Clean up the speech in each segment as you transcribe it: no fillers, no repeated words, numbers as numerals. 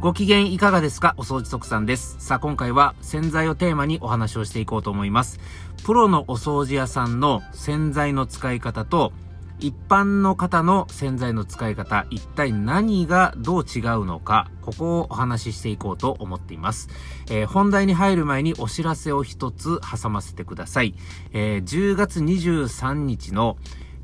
ご機嫌いかがですか？お掃除特産です。さあ、今回は洗剤をテーマにお話をしていこうと思います。プロのお掃除屋さんの洗剤の使い方と一般の方の洗剤の使い方、一体何がどう違うのか、ここをお話ししていこうと思っています。本題に入る前にお知らせを一つ挟ませてください。10月23日の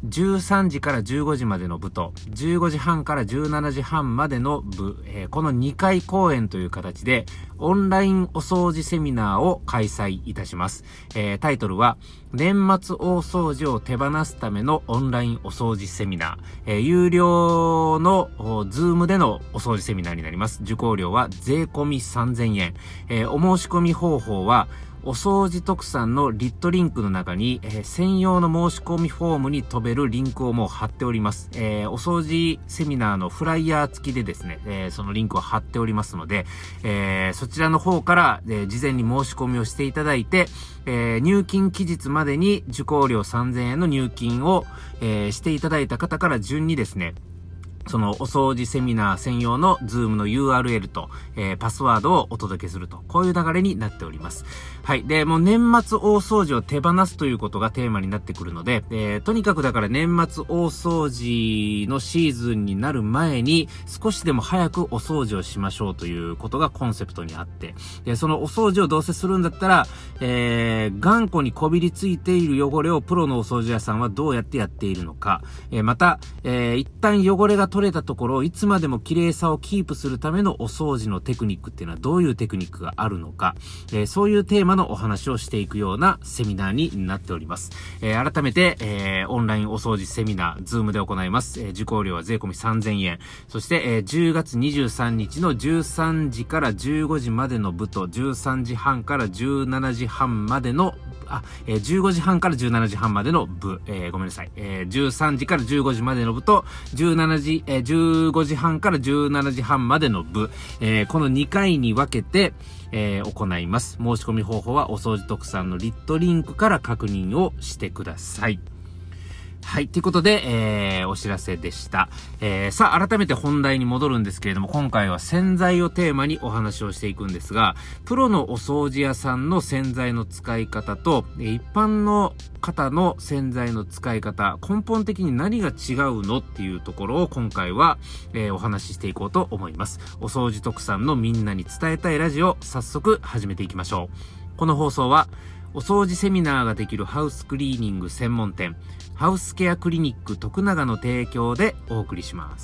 13時から15時までの部と、15時半から17時半までの部、この2回公演という形で、オンラインお掃除セミナーを開催いたします。タイトルは、年末大掃除を手放すためのオンラインお掃除セミナー。有料のズームでのお掃除セミナーになります。受講料は税込み3000円。お申し込み方法は、お掃除特産のリットリンクの中に、専用の申し込みフォームに飛べるリンクをもう貼っております。お掃除セミナーのフライヤー付きでですね、そのリンクを貼っておりますので、そちらの方から、事前に申し込みをしていただいて、入金期日までに受講料3000円の入金を、していただいた方から順にですね、そのお掃除セミナー専用のズームの URL と、パスワードをお届けすると、こういう流れになっております。はい。で、もう年末大掃除を手放すということがテーマになってくるので、とにかくだから年末大掃除のシーズンになる前に少しでも早くお掃除をしましょうということがコンセプトにあって、で、そのお掃除をどうせするんだったら、頑固にこびりついている汚れをプロのお掃除屋さんはどうやってやっているのか、また、一旦汚れが取れたところをいつまでも綺麗さをキープするためのお掃除のテクニックっていうのはどういうテクニックがあるのか、そういうテーマのお話をしていくようなセミナーになっております。改めて、オンラインお掃除セミナー、ズームで行います。受講料は税込み3000円。そして、10月23日の13時から15時までの部と、13時半から17時半までの15時半から17時半までの部、ごめんなさい。13時から15時までの部と、15時半から17時半までの部、この2回に分けて、行います。申し込み方法はお掃除特産のリットリンクから確認をしてください。はい。ということで、お知らせでした。さあ、改めて本題に戻るんですけれども、今回は洗剤をテーマにお話をしていくんですが、プロのお掃除屋さんの洗剤の使い方と、一般の方の洗剤の使い方、根本的に何が違うのっていうところを今回は、お話ししていこうと思います。お掃除特産のみんなに伝えたいラジオ、早速始めていきましょう。この放送は、お掃除セミナーができるハウスクリーニング専門店、ハウスケアクリニック徳永の提供でお送りします。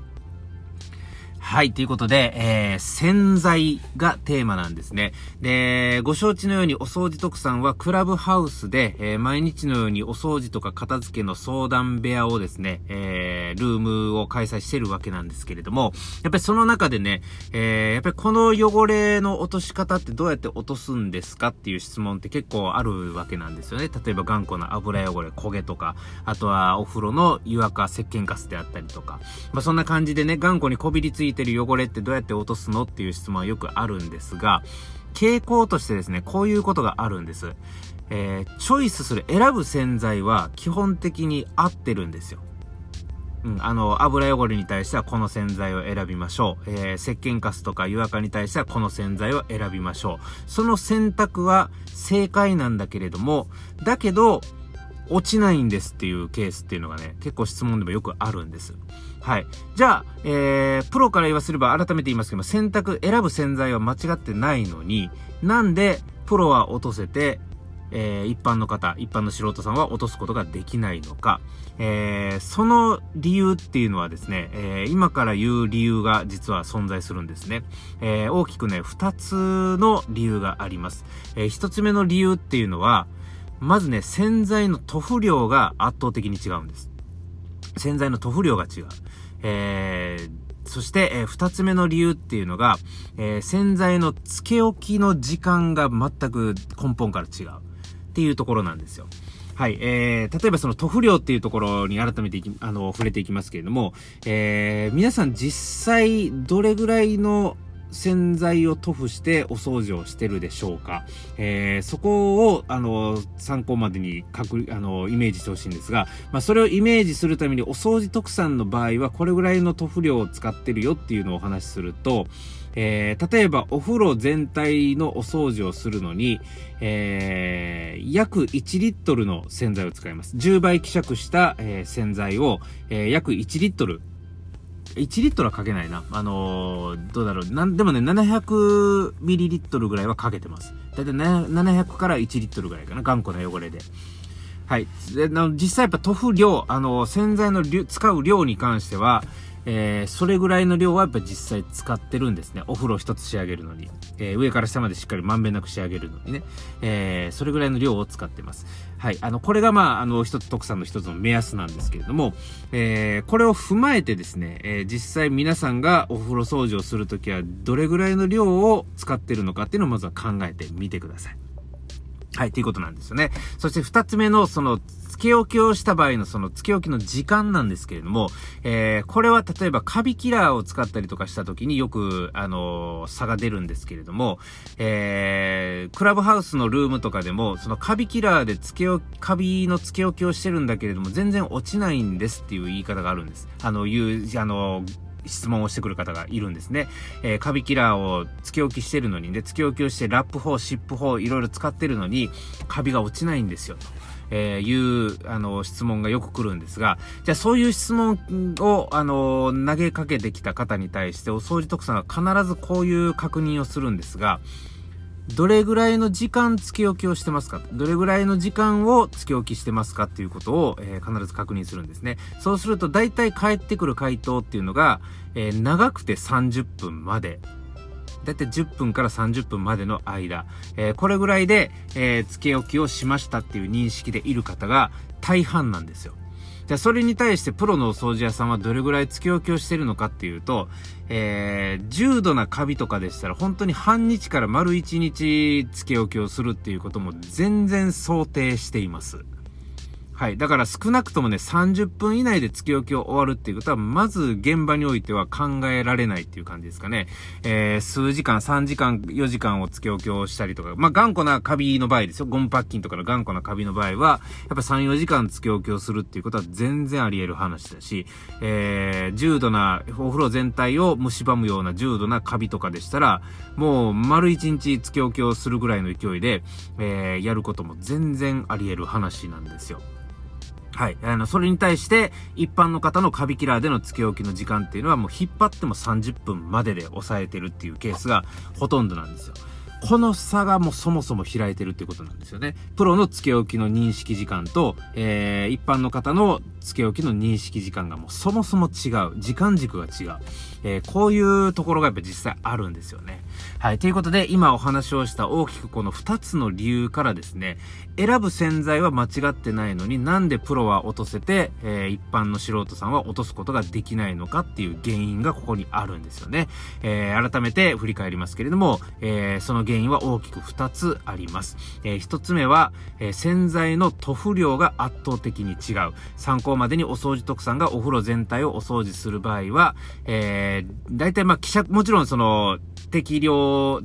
はい。ということで、洗剤がテーマなんですね。で、ご承知のようにお掃除特産はクラブハウスで、毎日のようにお掃除とか片付けの相談部屋をですね、ルームを開催してるわけなんですけれども、やっぱりその中でね、やっぱりこの汚れの落とし方ってどうやって落とすんですかっていう質問って結構あるわけなんですよね。例えば頑固な油汚れ、焦げとか、あとはお風呂の湯垢、石鹸カスであったりとか、そんな感じでね、頑固にこびりついてる汚れってどうやって落とすのっていう質問はよくあるんですが、傾向としてですね、こういうことがあるんです。チョイスする、選ぶ洗剤は基本的に合ってるんですよ。油汚れに対してはこの洗剤を選びましょう。石鹸カスとか湯垢に対してはこの洗剤を選びましょう。その選択は正解なんだけれども、だけど、落ちないんですっていうケースっていうのがね、結構質問でもよくあるんです。はい。じゃあ、プロから言わせれば改めて言いますけども、選ぶ洗剤は間違ってないのに、なんでプロは落とせて、一般の素人さんは落とすことができないのか。その理由っていうのはですね、今から言う理由が実は存在するんですね。大きくね、2つの理由があります。1つ目の理由っていうのは、まずね、洗剤の塗布量が圧倒的に違うんです。洗剤の塗布量が違う。そして、二つ目の理由っていうのが、洗剤のつけ置きの時間が全く根本から違うっていうところなんですよ。はい。例えばその塗布量っていうところに改めて触れていきますけれども、皆さん実際どれぐらいの洗剤を塗布してお掃除をしてるでしょうか。そこを、参考までにイメージしてほしいんですが、それをイメージするためにお掃除特産の場合はこれぐらいの塗布量を使ってるよっていうのをお話しすると、例えばお風呂全体のお掃除をするのに、約1リットルの洗剤を使います。10倍希釈した、洗剤を、約1リットル。1リットルはかけないな。どうだろう。でもね、700ミリリットルぐらいはかけてます。だいたい700から1リットルぐらいかな。頑固な汚れで。はい。で、実際やっぱ塗布量、洗剤の使う量に関しては、それぐらいの量はやっぱ実際使ってるんですね。お風呂一つ仕上げるのに。上から下までしっかりまんべんなく仕上げるのにね。それぐらいの量を使ってます。はい。これが一つ特産の一つの目安なんですけれども、これを踏まえてですね、実際皆さんがお風呂掃除をするときはどれぐらいの量を使ってるのかっていうのをまずは考えてみてください。はい、ということなんですよね。そして二つ目のつけ置きをした場合のつけ置きの時間なんですけれども、これは例えばカビキラーを使ったりとかした時によく、差が出るんですけれども、クラブハウスのルームとかでも、カビキラーでカビのつけ置きをしてるんだけれども、全然落ちないんですっていう言い方があるんです。質問をしてくる方がいるんですね。カビキラーをつけ置きしてるのにね、つけ置きをしてラップ法、シップ法、いろいろ使ってるのに、カビが落ちないんですよ、という質問がよく来るんですが、じゃあそういう質問を、投げかけてきた方に対して、お掃除特産は必ずこういう確認をするんですが、どれぐらいの時間つけ置きをしてますか？どれぐらいの時間をつけ置きしてますかっていうことを、必ず確認するんですね。そうすると大体返ってくる回答っていうのが、長くて30分まで。だいたい10分から30分までの間。これぐらいで、つけ置きをしましたっていう認識でいる方が大半なんですよ。じゃあそれに対してプロのお掃除屋さんはどれぐらいつけ置きをしてるのかっていうと、重度なカビとかでしたら本当に半日から丸1日つけ置きをするっていうことも全然想定しています。はい。だから少なくともね、30分以内でつけ置きを終わるっていうことは、まず現場においては考えられないっていう感じですかね。数時間、3時間、4時間をつけ置きをしたりとか、頑固なカビの場合ですよ。ゴムパッキンとかの頑固なカビの場合は、やっぱ3、4時間つけ置きをするっていうことは全然あり得る話だし、重度な、お風呂全体を蝕むような重度なカビとかでしたら、もう丸1日つけ置きをするぐらいの勢いで、やることも全然あり得る話なんですよ。はい。それに対して、一般の方のカビキラーでのつけ置きの時間っていうのはもう引っ張っても30分までで抑えてるっていうケースがほとんどなんですよ。この差がもうそもそも開いてるっていうことなんですよね。プロのつけ置きの認識時間と、一般の方のつけ置きの認識時間がもうそもそも違う。時間軸が違う。こういうところがやっぱ実際あるんですよね。はい。ということで、今お話をした大きくこの2つの理由からですね、選ぶ洗剤は間違ってないのになんでプロは落とせて、一般の素人さんは落とすことができないのかっていう原因がここにあるんですよね。改めて振り返りますけれども、その原因は大きく2つあります。1つ目は、洗剤の塗布量が圧倒的に違う。参考までにお掃除特産がお風呂全体をお掃除する場合は、大体希釈、もちろん適用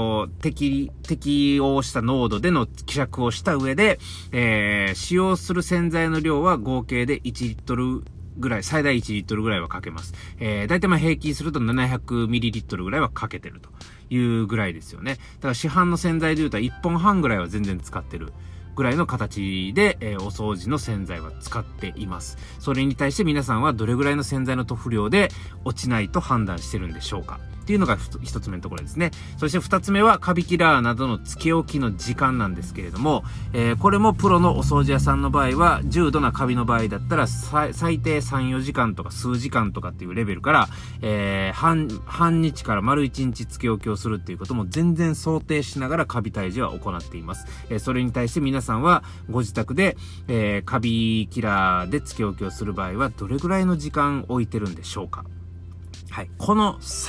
した濃度での希釈をした上で、使用する洗剤の量は合計で1リットルぐらい、最大1リットルぐらいはかけます。大体平均すると700ミリリットルぐらいはかけてるというぐらいですよね。だから市販の洗剤で言うと1本半ぐらいは全然使ってるぐらいの形で、お掃除の洗剤は使っています。それに対して皆さんはどれぐらいの洗剤の塗布量で落ちないと判断してるんでしょうかっていうのが一つ目のところですね。そして二つ目はカビキラーなどのつけ置きの時間なんですけれども、これもプロのお掃除屋さんの場合は重度なカビの場合だったら最低3、4時間とか数時間とかっていうレベルから、半日から丸1日つけ置きをするっていうことも全然想定しながらカビ退治は行っています。それに対して皆さんはご自宅で、カビキラーでつけ置きをする場合はどれぐらいの時間置いてるんでしょうか。はい。この差。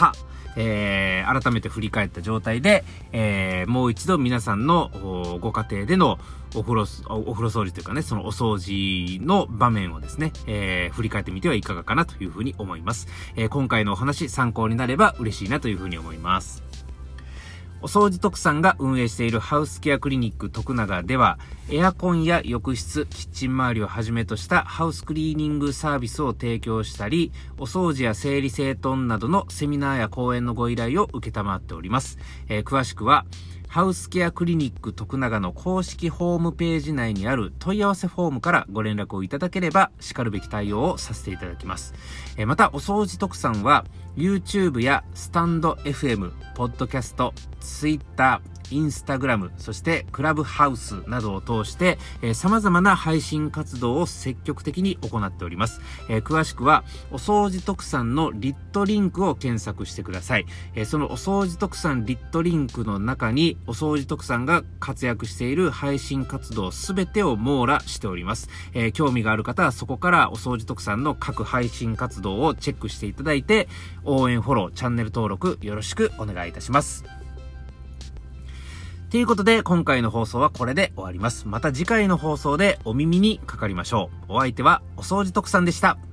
改めて振り返った状態で、もう一度皆さんのご家庭でのお風呂掃除というかね、そのお掃除の場面をですね、振り返ってみてはいかがかなというふうに思います。今回のお話参考になれば嬉しいなというふうに思います。お掃除特産が運営しているハウスケアクリニック徳永では、エアコンや浴室、キッチン周りをはじめとしたハウスクリーニングサービスを提供したり、お掃除や整理整頓などのセミナーや講演のご依頼を受けたまっております。詳しくは、ハウスケアクリニック徳永の公式ホームページ内にある問い合わせフォームからご連絡をいただければ、しかるべき対応をさせていただきます。また、お掃除特産は、YouTube やスタンド FM、ポッドキャスト、Twitter、Instagram、そしてクラブハウスなどを通して、様々な配信活動を積極的に行っております。詳しくは、お掃除特産のリットリンクを検索してください。そのお掃除特産リットリンクの中に、お掃除特産が活躍している配信活動すべてを網羅しております。興味がある方はそこからお掃除特産の各配信活動をチェックしていただいて、応援フォロー、チャンネル登録よろしくお願いいたします。ということで、今回の放送はこれで終わります。また次回の放送でお耳にかかりましょう。お相手はお掃除特産でした。